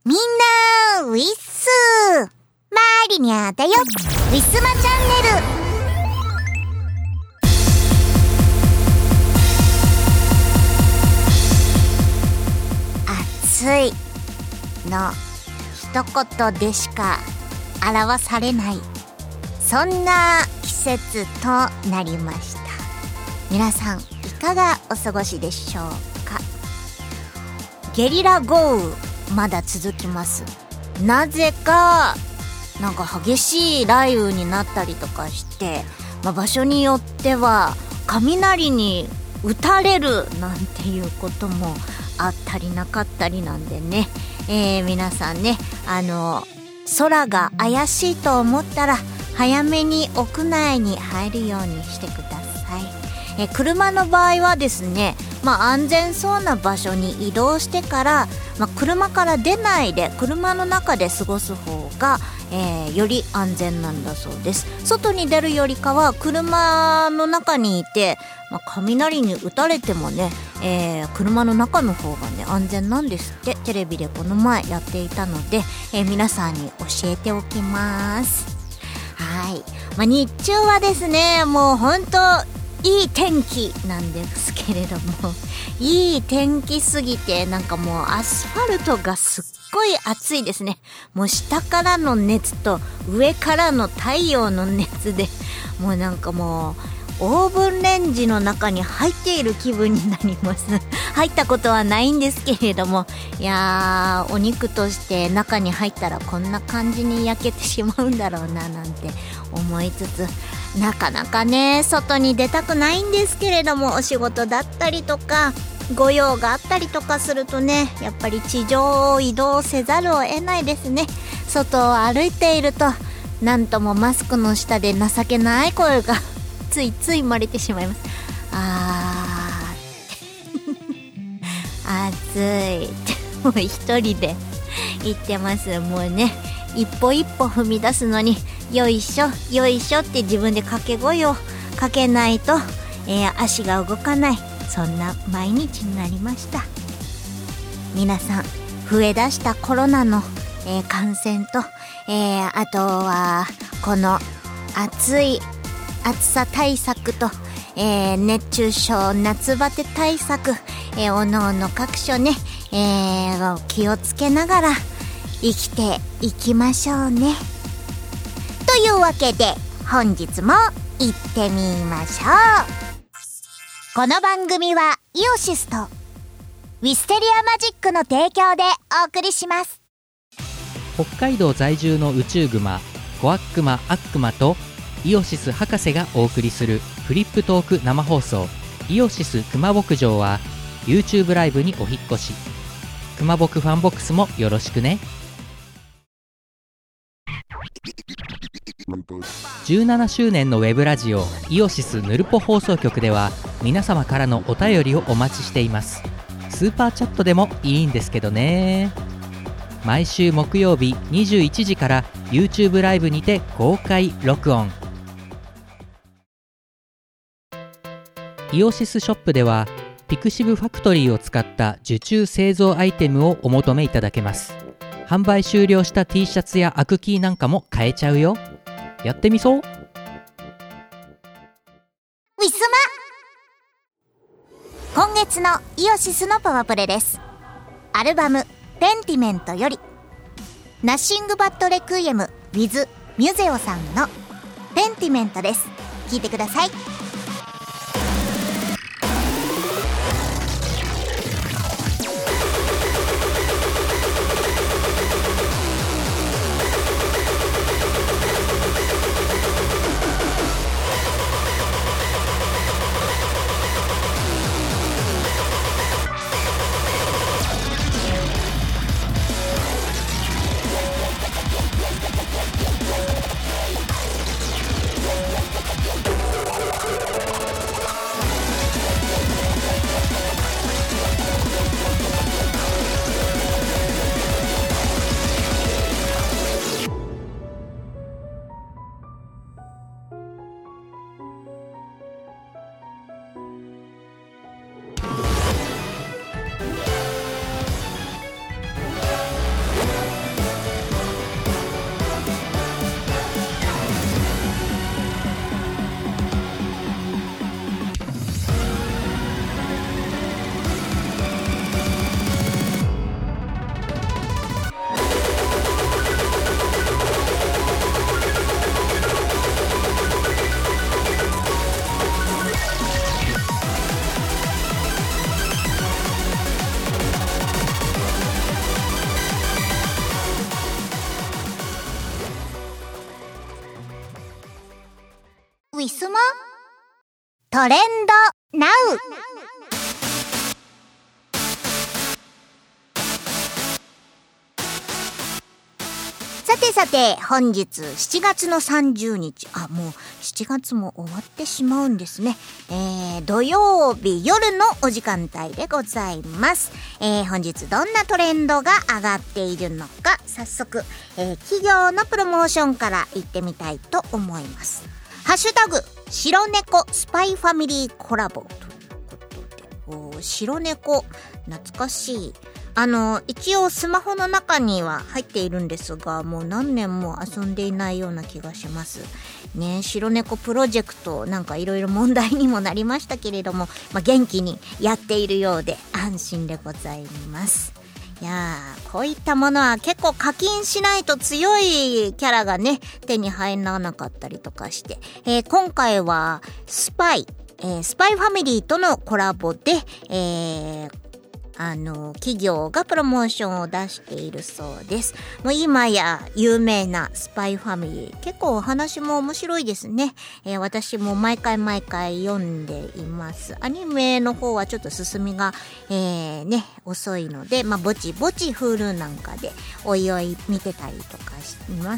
みんなウィッスマリニャだよ。ウィスマチャンネル。暑いの一言でしか表されない、そんな季節となりました。皆さんいかがお過ごしでしょうか。ゲリラ豪雨まだ続きます。なぜかなんか激しい雷雨になったりとかして、場所によっては雷に打たれるなんていうこともあったりなかったりなんでね、皆さんね、空が怪しいと思ったら早めに屋内に入るようにしてください。車の場合はですね、安全そうな場所に移動してから、車から出ないで車の中で過ごす方が、より安全なんだそうです。外に出るよりかは車の中にいて、雷に打たれてもね、車の中の方がね安全なんですって。テレビでこの前やっていたので、皆さんに教えておきます。はい、日中はですね、もう本当いい天気なんですけれども、いい天気すぎてなんかもうアスファルトがすっごい暑いですね。もう下からの熱と上からの太陽の熱で、もうなんかもうオーブンレンジの中に入っている気分になります入ったことはないんですけれども、いやー、お肉として中に入ったらこんな感じに焼けてしまうんだろうななんて思いつつ、なかなかね外に出たくないんですけれども、お仕事だったりとかご用があったりとかするとね、やっぱり地上を移動せざるを得ないですね。外を歩いているとなんともマスクの下で情けない声がついつい漏れてしまいます。暑いもう一人で言ってます。もうね、一歩一歩踏み出すのによいしょよいしょって自分で掛け声をかけないと、足が動かない、そんな毎日になりました。皆さん増えだしたコロナの、感染と、あとはこの暑さ対策と、熱中症夏バテ対策、おのおの各所ね、気をつけながら生きていきましょうね。というわけで本日も行ってみましょう。この番組はイオシスとウィステリアマジックの提供でお送りします。 北海道在住の宇宙グマコアックマアックマとイオシス博士がお送りするフリップトーク生放送イオシス熊牧場は YouTube ライブにお引っ越し。熊牧ファンボックスもよろしくね。17周年のウェブラジオイオシスヌルポ放送局では皆様からのお便りをお待ちしています。スーパーチャットでもいいんですけどね。毎週木曜日21時から YouTube ライブにて公開録音。イオシスショップではピクシブファクトリーを使った受注製造アイテムをお求めいただけます。販売終了した T シャツやアクキーなんかも買えちゃうよ。やってみそう。 ウィスマ、今月のイオシスのパワプレです。アルバムペンティメントよりナッシングバッドレクイエム with ミュゼオさんのペンティメントです。聴いてください。 リスマトレンドナウ。さて本日7月の30日、もう7月も終わってしまうんですね。土曜日夜のお時間帯でございます。本日どんなトレンドが上がっているのか、早速、企業のプロモーションから行ってみたいと思います。ハッシュタグ白猫スパイファミリーコラボということで、白猫懐かしい。一応スマホの中には入っているんですが、もう何年も遊んでいないような気がしますね。白猫プロジェクトなんかいろいろ問題にもなりましたけれども、元気にやっているようで安心でございます。いやー、こういったものは結構課金しないと強いキャラがね手に入らなかったりとかして、今回はスパイファミリーとのコラボで、企業がプロモーションを出しているそうです。もう今や有名なスパイファミリー、結構お話も面白いですね。私も毎回読んでいます。アニメの方はちょっと進みが、遅いので、ぼちぼち Hulu なんかでおいおい見てたりとかします。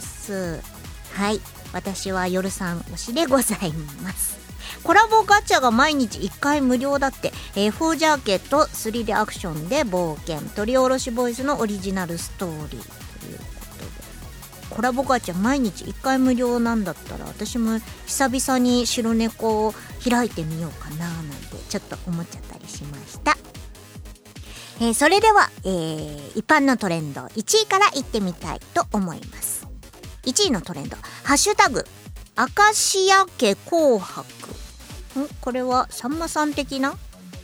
はい、私は夜さん推しでございます。コラボガチャが毎日1回無料だって。4ジャーケット 3D アクションで冒険、取り下ろしボイスのオリジナルストーリーということで、コラボガチャ毎日1回無料なんだったら、私も久々に白猫を開いてみようかななんてちょっと思っちゃったりしました。それでは、一般のトレンド1位からいってみたいと思います。1位のトレンド、ハッシュタグ明石家家紅白。これはさんまさん的な、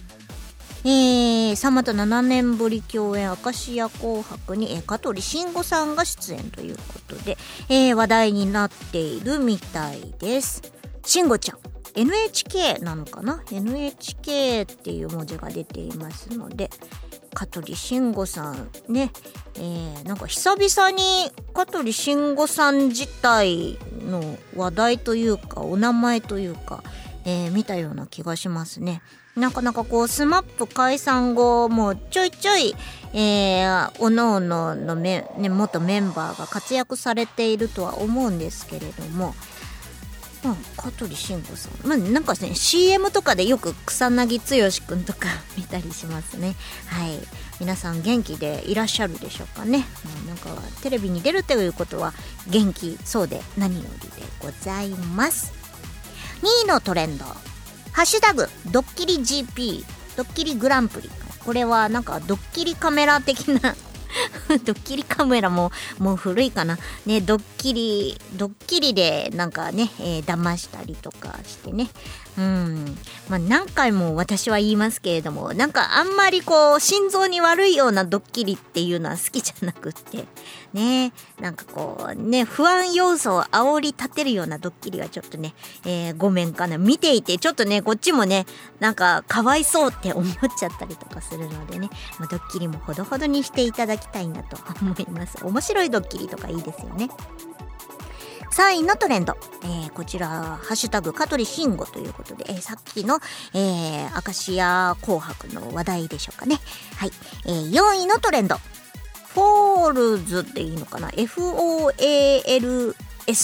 さんまと7年ぶり共演、明石家紅白に、香取慎吾さんが出演ということで、話題になっているみたいです。慎吾ちゃん NHK なのかな、 NHK っていう文字が出ていますので、香取慎吾さんね、なんか久々に香取慎吾さん自体の話題というかお名前というか、見たような気がしますね。なかなかこうスマップ解散後もちょいちょい、おのおのの元メンバーが活躍されているとは思うんですけれども、香取慎吾さん、なんかね CM とかでよく草薙剛くんとか見たりしますね。はい、皆さん元気でいらっしゃるでしょうかね。なんかテレビに出るということは元気そうで何よりでございます。2位のトレンド、ハッシュタグドッキリ GP ドッキリグランプリ。これはなんかドッキリカメラ的なドッキリカメラもう古いかなね。ドッキリでなんかね、騙したりとかしてね。何回も私は言いますけれども、なんかあんまりこう心臓に悪いようなドッキリっていうのは好きじゃなくってね、なんかこうね不安要素を煽り立てるようなドッキリはちょっとね、ごめんかな、見ていてちょっとねこっちもねなんかかわいそうって思っちゃったりとかするのでね、ドッキリもほどほどにしていただきたいなと思います。面白いドッキリとかいいですよね。3位のトレンド、こちらハッシュタグ香取慎吾ということで、さっきの、明石家紅白の話題でしょうかね。はい、4位のトレンド、フォールズでいいのかな、 FOALS という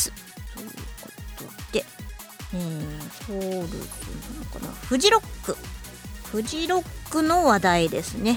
ことで、フォールズなのかな、フジロックの話題ですね。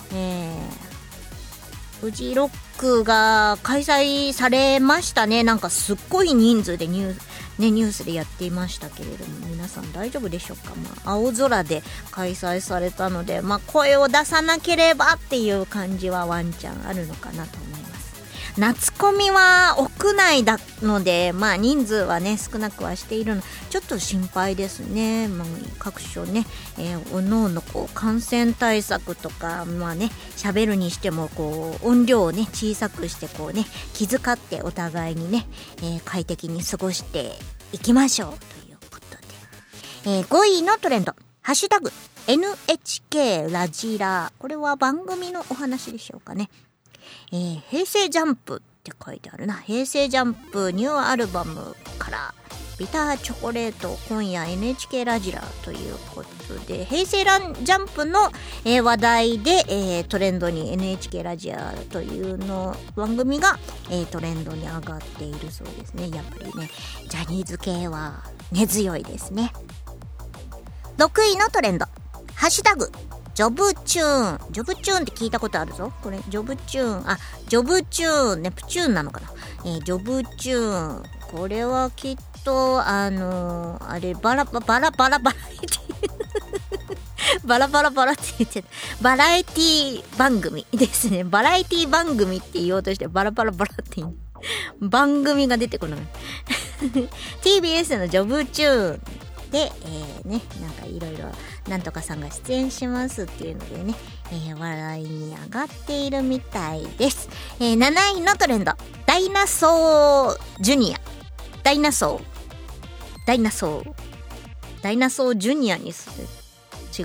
フジロックが開催されましたね。なんかすっごい人数でニュースでやっていましたけれども、皆さん大丈夫でしょうか。青空で開催されたので、声を出さなければっていう感じはワンチャンあるのかなと思います。夏コミは屋内だので、人数はね少なくはしているの、ちょっと心配ですね。各所ね、おのおのこう感染対策とか、喋るにしてもこう音量をね小さくしてこうね気遣ってお互いにね、快適に過ごしていきましょうということで、5位のトレンド、ハッシュタグ NHK ラジラ。これは番組のお話でしょうかね。平成ジャンプって書いてあるな。平成ジャンプニューアルバムからビターチョコレート今夜 NHK ラジラということで、平成ジャンプの、話題で、トレンドに NHK ラジラというの番組が、トレンドに上がっているそうですね。やっぱりねジャニーズ系は根強いですね。6位のトレンド、ハッシュタグジョブチューン。ジョブチューンって聞いたことあるぞ。これジョブチューン、ジョブチューン、ネプチューンなのかな。ジョブチューン、これはきっとあれバラエティバラって言ってた、バラエティ番組ですね。バラエティ番組って言おうとしてバラって言う番組が出てくるのTBS のジョブチューンで、なんかいろいろなんとかさんが出演しますっていうのでね、笑いに上がっているみたいです。7位のトレンド、ダイナソージュニア。ダイナソージュニアにする。違った。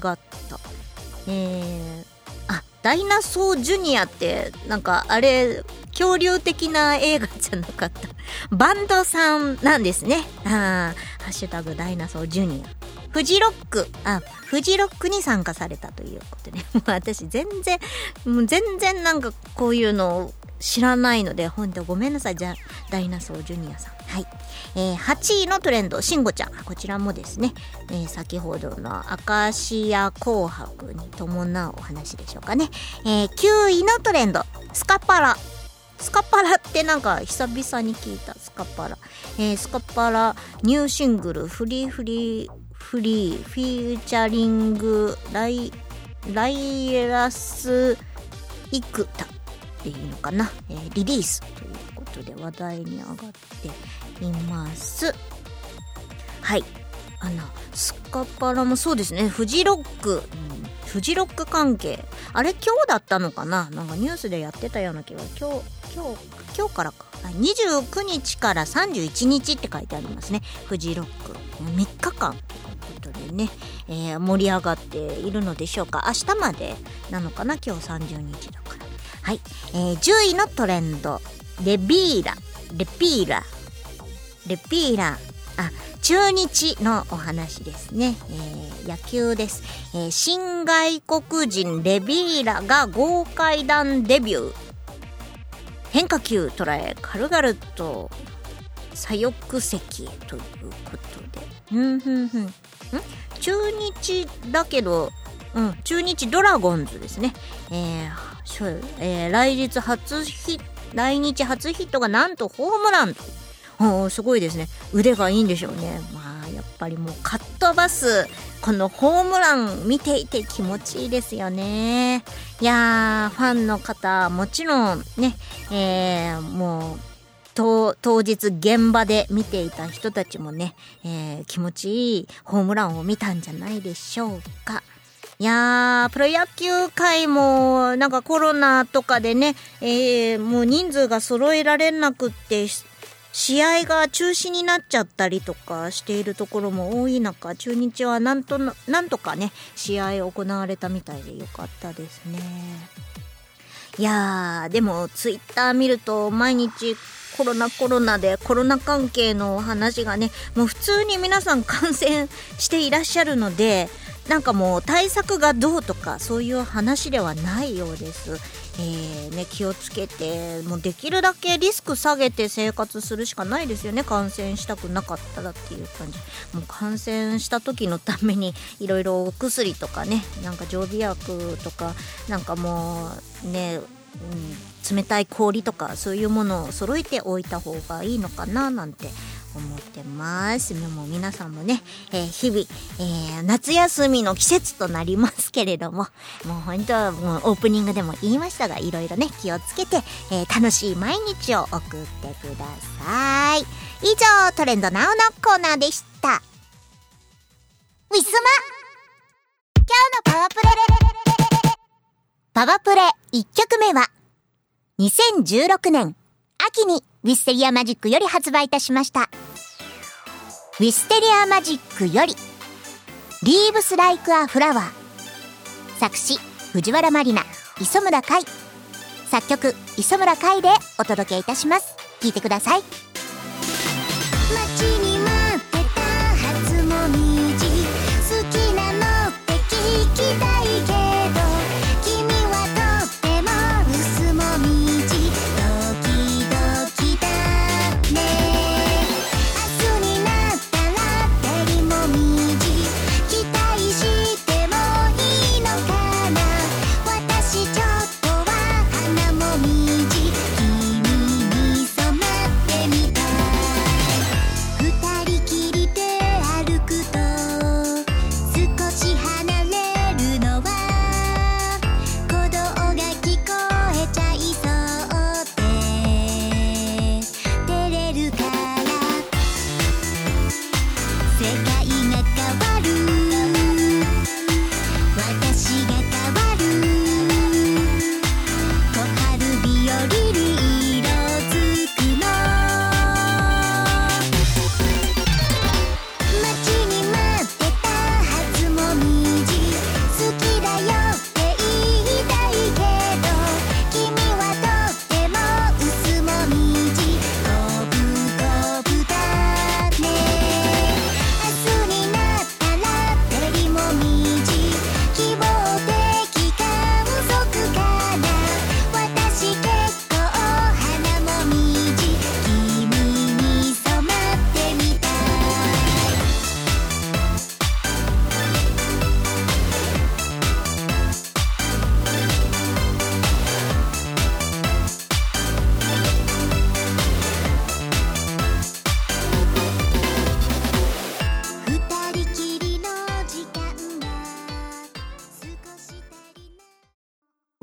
ダイナソージュニアってなんかあれ恐竜的な映画じゃなかった。バンドさんなんですね。ハッシュタグダイナソージュニア。フジロックに参加されたということで、もう私全然なんかこういうのを知らないので本当ごめんなさい。じゃあダイナソージュニアさん。はい。8位のトレンド、しんごちゃん。こちらもですね、先ほどの明石家紅白に伴うお話でしょうかね。9位のトレンド、スカパラってなんか久々に聞いた。スカパラ、スカパラニューシングルフリーフィーチャリングライラスイクタっていうのかな、リリースということで話題に上がっています。はい、スカパラもそうですね。フジロック関係、あれ今日だったのかな。なんかニュースでやってたような気が。今日からか。29日から31日って書いてありますね。フジロック3日間ということでね、盛り上がっているのでしょうか。明日までなのかな。今日30日だから。はい、10位のトレンド、レピーラ中日のお話ですね。野球です。新外国人レビーラが豪快弾デビュー。変化球捉え軽々と左翼席ということで、中日だけど、中日ドラゴンズですね。来日初ヒットがなんとホームラン。すごいですね。腕がいいんでしょうね。やっぱりもうかっ飛ばすこのホームラン見ていて気持ちいいですよね。いやー、ファンの方もちろんね、もう当日現場で見ていた人たちもね、気持ちいいホームランを見たんじゃないでしょうか。いやー、プロ野球界もなんかコロナとかでね、もう人数が揃えられなくって試合が中止になっちゃったりとかしているところも多い中、中日はなんとかね試合行われたみたいでよかったですね。いやー、でもツイッター見ると毎日コロナでコロナ関係の話がね、もう普通に皆さん感染していらっしゃるので、なんかもう対策がどうとかそういう話ではないようです。気をつけて、もうできるだけリスク下げて生活するしかないですよね。感染したくなかったらっていう感じ。もう感染した時のためにいろいろお薬とかね、なんか常備薬とかなんかもうね、冷たい氷とかそういうものを揃えておいた方がいいのかななんて思ってます。もう皆さんもね、日々、夏休みの季節となりますけれども、もう本当はもうオープニングでも言いましたが、いろいろね気をつけて、楽しい毎日を送ってください。以上、トレンドナウのコーナーでした。ウィスマ今日のパワプレ1曲目は2016年秋にウィステリアマジックより発売いたしましたウィステリアマジックよりリーブスライクアフラワー、作詞藤原まりな、磯村海、作曲磯村海でお届けいたします。聴いてください。待ちに待っ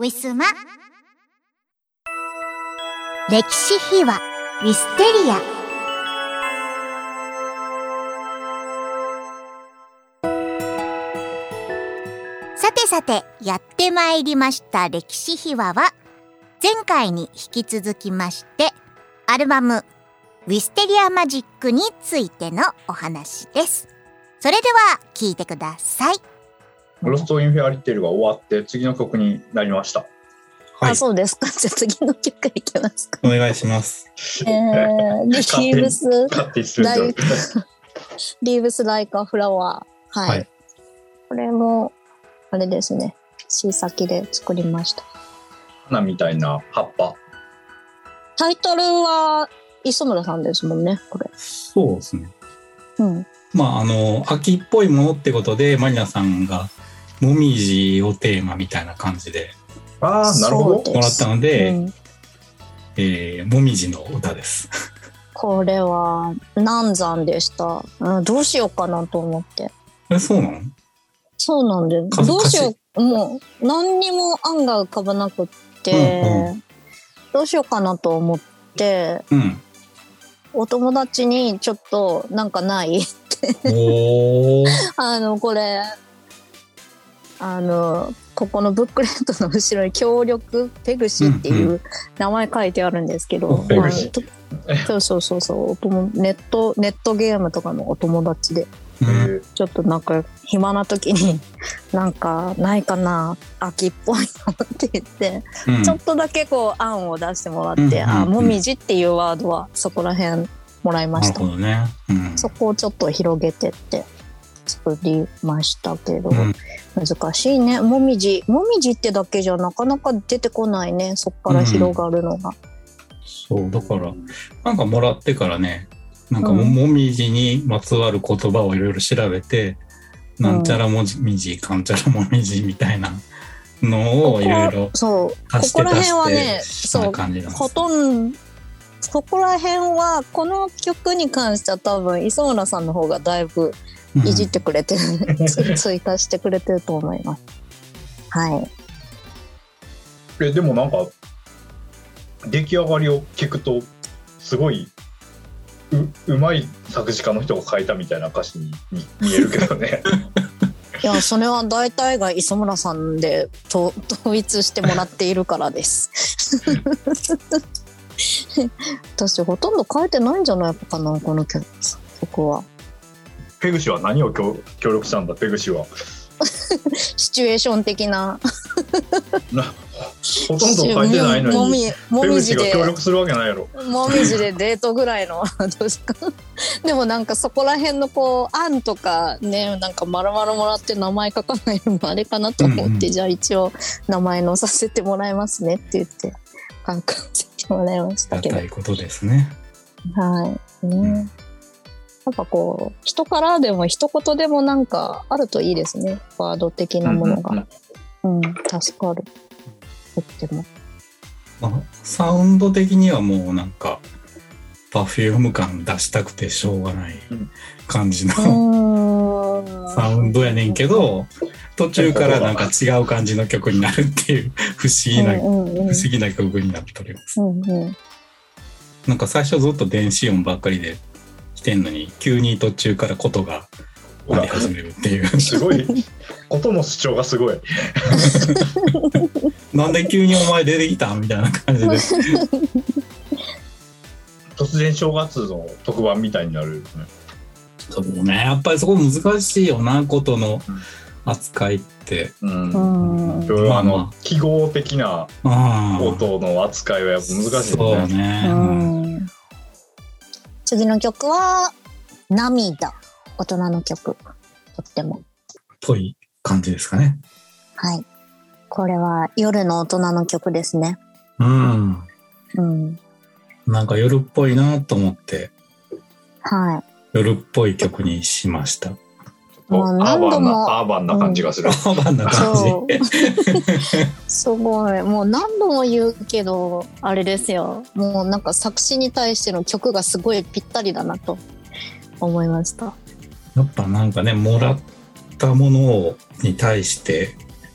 ウィスマ歴史秘話ウィステリア。さてさてやってまいりました歴史秘話は、前回に引き続きましてアルバムウィステリアマジックについてのお話です。それでは聞いてください。 ロストインフェアリテールが終わって次の曲になりました。 はい、 あ、そうですか。じゃあ次の曲いきますか。 お願いします。 リーブスライカフラワー。はい。はい、これもあれですね。小先で作りました。 花みたいな葉っぱ。 タイトルは磯村さんですもんね。これ。 そうですね。 うん。 まあ秋っぽいものってことでマリナさんがもみじをテーマみたいな感じで。 ああ、なるほど。 もらったので、もみじの歌です。 これは難産でした。どうしようかなと思って。 そうなの？そうなんです。どうしよう、もう何にも案が浮かばなくって、どうしようかなと思って、お友達にちょっとなんかないってこれここのブックレットの後ろに協力ペグシっていう名前書いてあるんですけど、そうネットゲームとかのお友達で、ちょっとなんか暇な時になんかないかな秋っぽいのって言って、ちょっとだけこう案を出してもらって、もみじっていうワードはそこら辺もらいました。 なるほどね。 そこをちょっと広げてって作りましたけど、難しいね。もみじってだけじゃなかなか出てこないね。そこから広がるのが、 そうだからなんかもらってからね、なんかもみじにまつわる言葉をいろいろ調べて、なんちゃらもみじかんちゃらもみじみたいなのをいろいろ足して出してした感じなんです。 ほとんどそこら辺はこの曲に関しては多分磯村さんの方がだいぶいじってくれてる、追加してくれてると思います。はい。 でもなんか出来上がりを聞くとすごいうまい作詞家の人が書いたみたいな歌詞に見えるけどね。 いや、それは大体が磯村さんで統一してもらっているからです。私ほとんど書いてないんじゃないかな、この曲は。 ペグシは何を協力したんだ。ペグシはシチュエーション的なほとんど書いてないのにペグシが協力するわけないやろ。 もみじでデートぐらいのどうしかでもなんかそこら辺のこう案とかね、なんか丸々もらって名前書かないのもあれかなと思って、じゃあ一応名前載させてもらいますねって言って書かせてもらいましたけど。 ありがたいことですね。 はいね。やっぱこう人からでも一言でもなんかあるといいですね。ワード的なものが、助かる。とっても、 サウンド的にはもうなんかPerfume感出したくてしょうがない感じのサウンドやねんけど、途中からなんか違う感じの曲になるっていう不思議な曲になっております。なんか最初ずっと電子音ばっかりで来てんのに、急に途中からことがあり始めるっていうすごいことの主張がすごいなんで急にお前出てきたみたいな感じで突然正月の特番みたいになる、ね、 そうね、やっぱりそこ難しいよな、ことの扱いって、 記号的な音の扱いはやっぱ難しいよね。 そうね、 次の曲は涙、大人の曲、とってもぽい感じですかね。 はい、これは夜の大人の曲ですね。 なんか夜っぽいなと思って、夜っぽい曲にしました。 もう何度もアーバンな感じがする。 アーバンな感じ。 すごい。もう何度も言うけどあれですよ。もうなんか作詞に対しての曲がすごいぴったりだなと思いました。 やっぱなんかね、もらったものに対して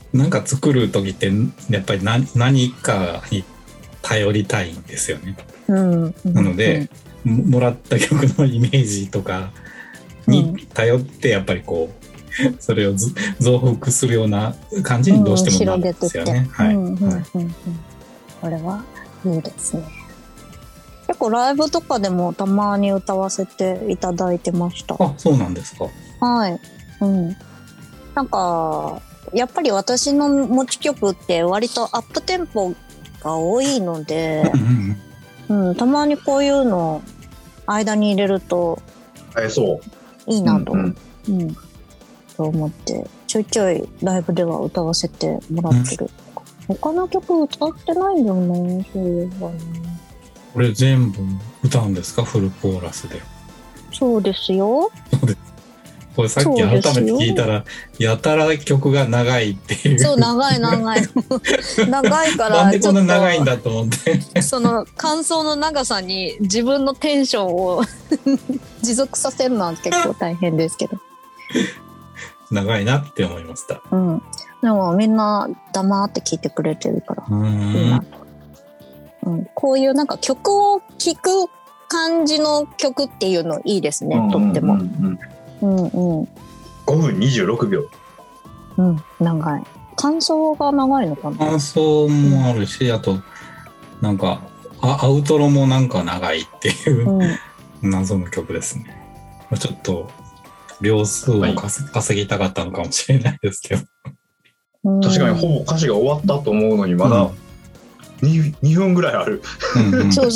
なんか作る時ってやっぱり何かに頼りたいんですよね。なので、もらった曲のイメージとかに頼ってやっぱりこうそれを増幅するような感じにどうしてもなるんですよね。 これはいいですね。結構ライブとかでもたまに歌わせていただいてました。 あ、そうなんですか。 はい。なんかやっぱり私の持ち曲って割とアップテンポが多いので、たまにこういうの間に入れるといいなと、と思ってちょいちょいライブでは歌わせてもらってる。他の曲歌ってないんだよね。そういえばね。 これ全部歌うんですか？フルコーラスで。 そうですよ。 そうです。これさっき改めて聞いたらやたら曲が長いっていう。 そう、長い長いからなんでこんな長いんだと思ってその感想の長さに自分のテンションを持続させるのは結構大変ですけど長いなって思いました。 でもみんな黙って聴いてくれてるからいいなと。こういうなんか曲を聴く感じの曲っていうのいいですね、とっても。 5分26秒。 長い。感想が長いのかな。 感想もあるし、あとなんかアウトロもなんか長いっていう謎の曲ですね。ちょっと秒数を稼ぎたかったのかもしれないですけど。 確かにほぼ歌詞が終わったと思うのにまだ2分ぐらいある。 そう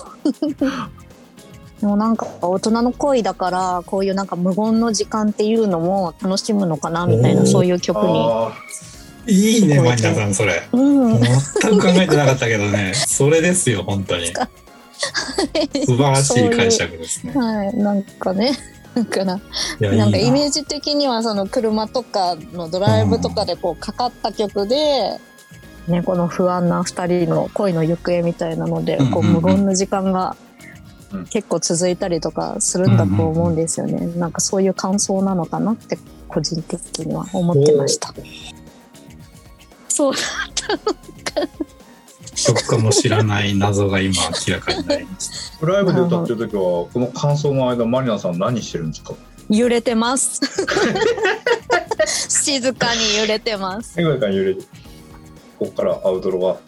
でもなんか大人の恋だからこういうなんか無言の時間っていうのも楽しむのかなみたいな、そういう曲に。 いいね、マニナさんそれ。全く考えてなかったけどね。それですよ本当に。素晴らしい解釈ですね。 なんかね。なんかイメージ的にはその車とかのドライブとかでこうかかった曲で、この不安な2人の恋の行方みたいなのでこう無言の時間が結構続いたりとかするんだと思うんですよね。なんかそういう感想なのかなって個人的には思ってました。そうだったのか。 曲かも知らない謎が今明らかになりました。 ライブで歌ってる時はこの感想の間マリナさん何してるんですか？ 揺れてます静かに揺れてます。 静かに揺れて、ここからアウトロが。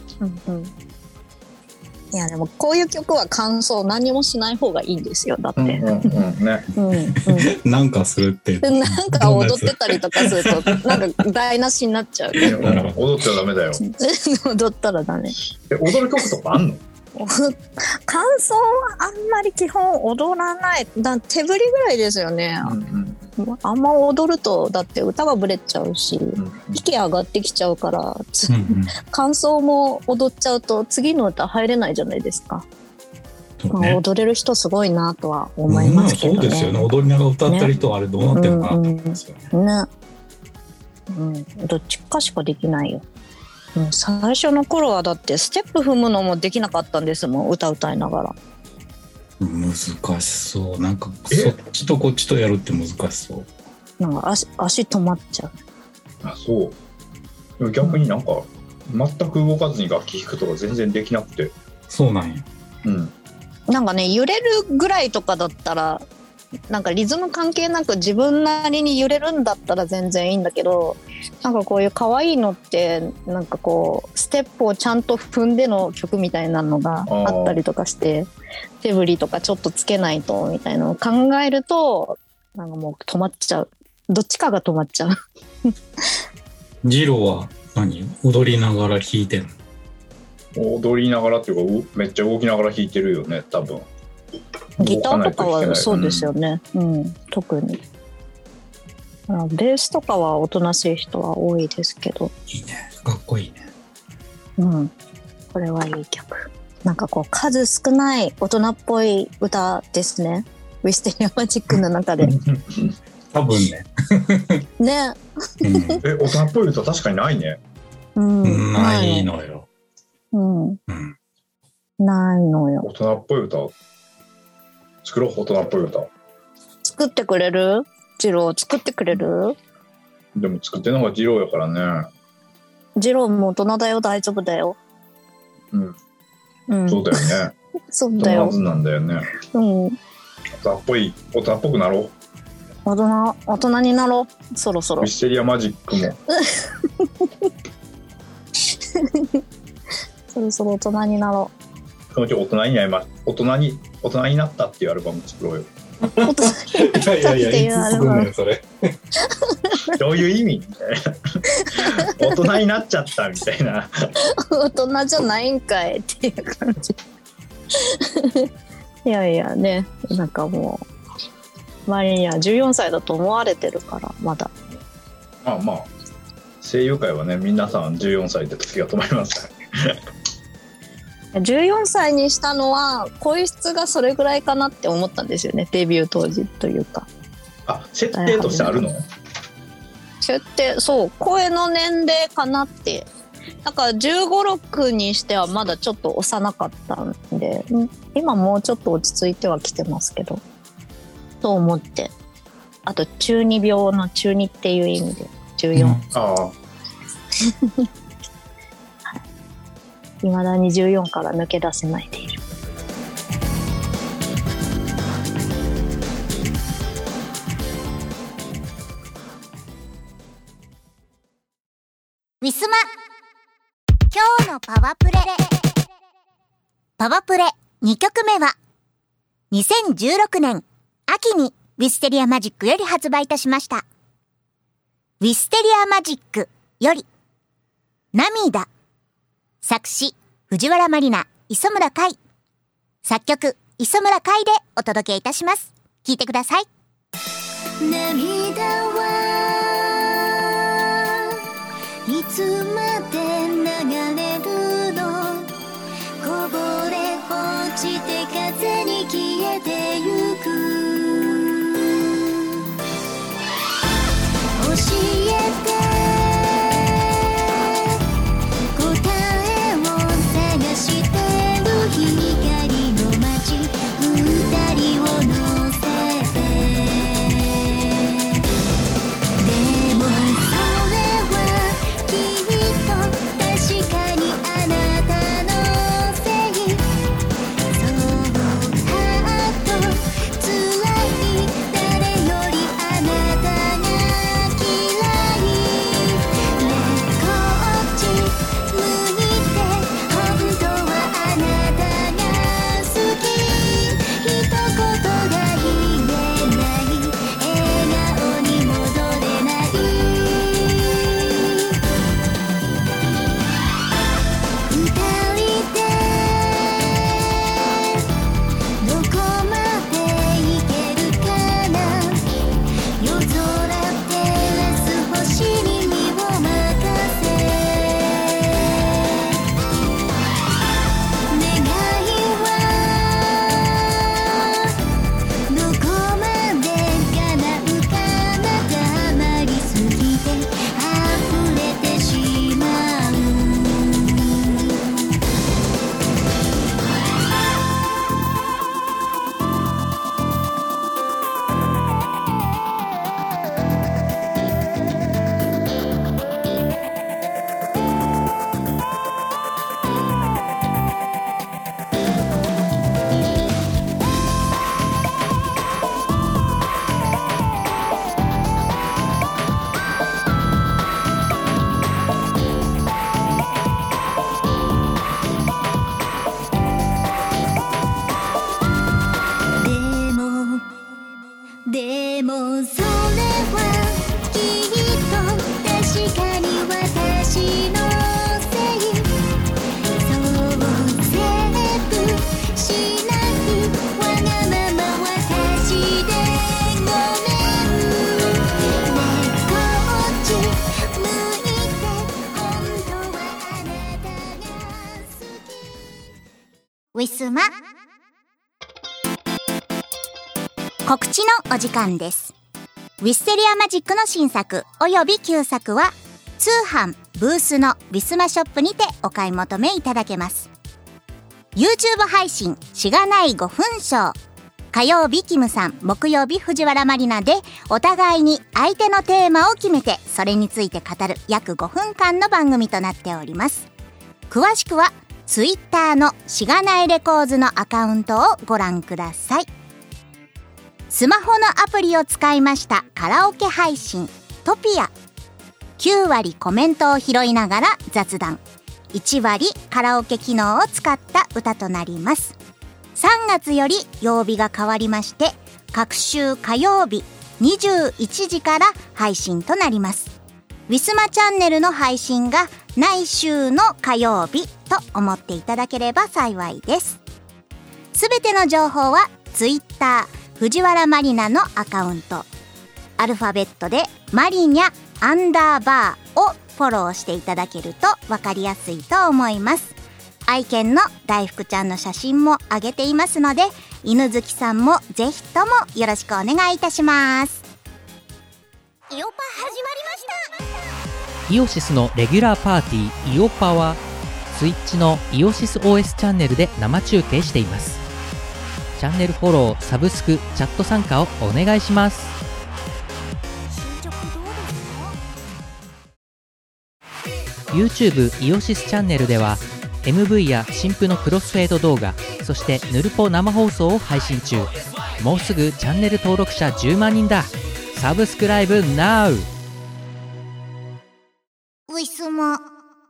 いやでもこういう曲は感想何もしない方がいいんですよ。だってなんかするってなんか踊ってたりとかするとなんか台無しになっちゃう。 踊っちゃダメだよ。 踊ったらダメ。 踊る曲とかあんの？ 感想はあんまり基本踊らない。手振りぐらいですよね。あんま踊るとだって歌がブレちゃうし、息上がってきちゃうから、感想も踊っちゃうと次の歌入れないじゃないですか。踊れる人すごいなとは思いますけどね。 そうですよね。踊りながら歌ってる人はあれどうなってるのかなと思いますよね。 どっちかしかできないよ。最初の頃はだってステップ踏むのもできなかったんですもん、歌いながら。 難しそう。なんかそっちとこっちとやるって難しそう。 なんか足止まっちゃう。 あ、そう。でも逆になんか全く動かずに楽器弾くとか全然できなくて。 そうなんや。 なんかね、揺れるぐらいとかだったらなんかリズム関係なく自分なりに揺れるんだったら全然いいんだけど、なんかこういう可愛いのってなんかこうステップをちゃんと踏んでの曲みたいなのがあったりとかして、手振りとかちょっとつけないとみたいなのを考えるとなんかもう止まっちゃう。どっちかが止まっちゃう。 ジローは何？踊りながら弾いてんの？ 踊りながらっていうかめっちゃ動きながら弾いてるよね、多分。 ギターとかはそうですよね。特にベースとかはおとなしい人は多いですけど。 いいね、かっこいいね。 これはいい曲。なんかこう数少ない大人っぽい歌ですね、ウィステリアマジックの中で。 多分ね。 ね。 大人っぽい歌確かにないね。 ないのよ。 ないのよ。 大人っぽい歌作ろう。大人っぽい歌作ってくれる？ジロー作ってくれる？ でも作ってるのが二郎やからね。 二郎も大人だよ、大丈夫だよ。 うん、 うん、 そうだよね。 そうだよ。 はずなんだよね。 うん。 大人っぽくなろう。 大人になろう。そろそろ。 ミステリアマジックも。 そろそろ大人になろう。そのうち大人になります。大人になったっていうアルバム作ろうよ。 大人になったっていうアルバム。 それ。 どういう意味みたいな。大人になっちゃったみたいな。 大人じゃないんかいっていう感じ。いやいやね、なんかもう周りには14歳だと思われてるからまだ。 まあ声優界はね、皆さん14歳で時が止まりますから。 14歳にしたのは声質がそれぐらいかなって思ったんですよね、デビュー当時というか。 あ、設定としてあるの？ 設定、そう声の年齢かなって。だから15、6にしてはまだちょっと幼かったんで、今もうちょっと落ち着いてはきてますけどと思って。あと中二病の中二っていう意味で14、 ああ未だに14から抜け出せないでいる。 ウィスマ今日のパワプレ2曲目は2016年秋にウィステリアマジックより発売いたしました。ウィステリアマジックより涙、作詞藤原まりな、磯村海、作曲磯村海でお届けいたします。聴いてください。 涙はいつまで流れるの、こぼれ落ちて風に消えてゆく、教えて答えを探してる光の街、二人を乗せて、でもそれはきっと確かにあなたのせい、そうはっと辛い誰よりあなたが嫌い、ねえこっち向いて本当はあなたが好き、一言が言えない笑顔に戻れない、二人でどこまで行けるかな、夜空照らす星に身を任せ、願いはどこまで叶うかな、黙りすぎて溢れてしまう、でもそれはきっと確かに私のせい、そうセーブしないわがまま私でごめん、ねえこっち向いて本当はあなたが好き、 ウィスマ告知のお時間です。ウィステリアマジックの新作および旧作は通販ブースのウィスマショップにてお買い求めいただけます。 YouTube 配信しがない5分ショー、 火曜日キムさん、木曜日藤原まりなで、お互いに相手のテーマを決めてそれについて語る約5分間の番組となっております。詳しくはツイッターのしがないレコーズのアカウントをご覧ください。スマホのアプリを使いましたカラオケ配信トピア、9割コメントを拾いながら雑談、1割カラオケ機能を使った歌となります。3月より曜日が変わりまして、各週火曜日21時から配信となります。ウィスマチャンネルの配信が来週の火曜日と思っていただければ幸いです。すべての情報はツイッター藤原まりなのアカウント、アルファベットでマリニャ_をフォローしていただけると分かりやすいと思います。愛犬の大福ちゃんの写真も上げていますので、犬好きさんもぜひともよろしくお願いいたします。イオパ始まりました。 イオシスのレギュラーパーティーイオパはスイッチのイオシス OS チャンネルで生中継しています。チャンネルフォロー、サブスク、チャット参加をお願いします。 進捗どうですか？ YouTube イオシスチャンネルでは MV や新婦のクロスフェード動画、そしてヌルポ生放送を配信中。もうすぐチャンネル登録者10万人だ。サブスクライブ NOW。 ウィスマ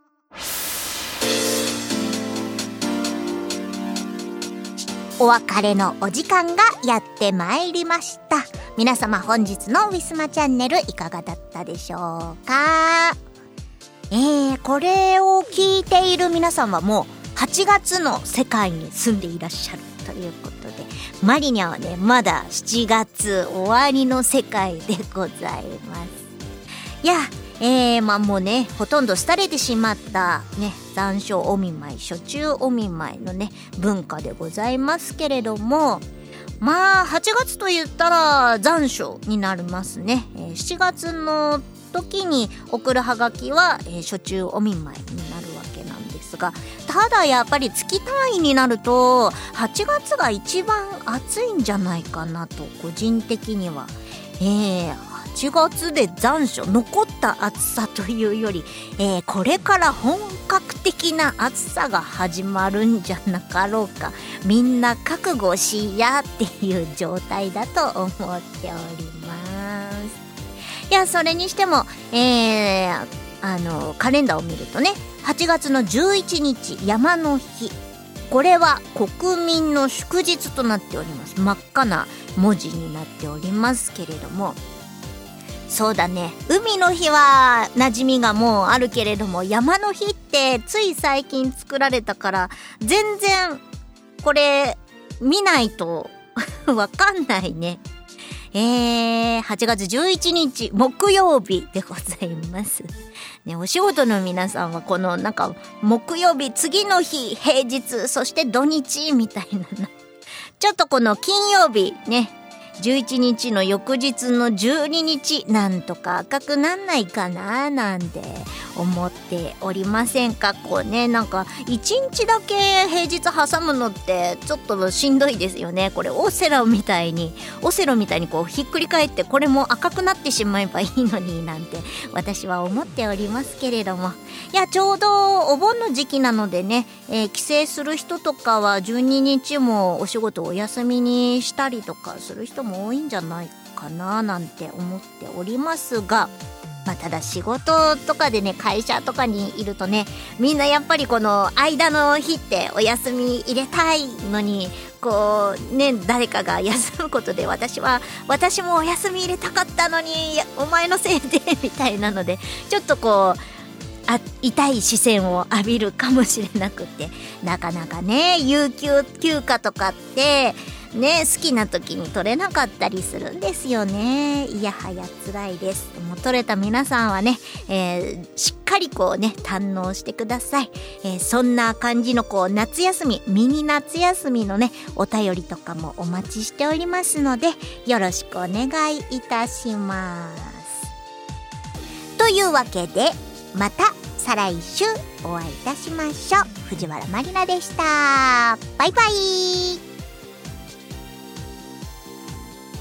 お別れのお時間がやってまいりました。皆様本日のウィスマチャンネルいかがだったでしょうか？これを聞いている皆さんはもう8月の世界に住んでいらっしゃるということで、マリニャはねまだ7月終わりの世界でございます。いや、まあもうねほとんど廃れてしまったね残暑お見舞い、暑中お見舞いのね文化でございますけれども、まあ8月と言ったら残暑になりますね。7月の時に送るはがきは、暑中お見舞いになるわけなんですが、ただやっぱり月単位になると8月が一番暑いんじゃないかなと個人的には、8月で残暑、残った暑さというより、これから本格的な暑さが始まるんじゃなかろうか。みんな覚悟しやっていう状態だと思っております。いや、それにしても、カレンダーを見るとね、8月の11日山の日、これは国民の祝日となっております。真っ赤な文字になっておりますけれども、そうだね、海の日は馴染みがもうあるけれども、山の日ってつい最近作られたから全然これ見ないとわかんないね。8月11日木曜日でございますね。お仕事の皆さんはこのなんか木曜日、次の日平日、そして土日みたいなちょっとこの金曜日ね、11日の翌日の12日なんとか赤くなんないかななんて思っておりませんか？こうね、なんか1日だけ平日挟むのってちょっとしんどいですよね。これオセロみたいにこうひっくり返ってこれも赤くなってしまえばいいのになんて私は思っておりますけれども、いや、ちょうどお盆の時期なのでね、帰省する人とかは12日もお仕事をお休みにしたりとかする人も多いんじゃないかななんて思っておりますが、まあ、ただ仕事とかでね、会社とかにいるとね、みんなやっぱりこの間の日ってお休み入れたいのに、こうね、誰かが休むことで私もお休み入れたかったのにお前のせいでみたいなので、ちょっとこう痛い視線を浴びるかもしれなくて、なかなかね有給休暇とかってね、好きな時に取れなかったりするんですよね。いやはや辛いです。もう取れた皆さんはね、しっかりこうね堪能してください。そんな感じのこう夏休み、ミニ夏休みのねお便りとかもお待ちしておりますので、よろしくお願いいたします。というわけで、また再来週お会いいたしましょう。藤原まりなでした。バイバイ。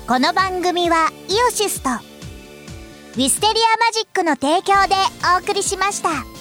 この番組はイオシスとウィステリアマジックの提供でお送りしました。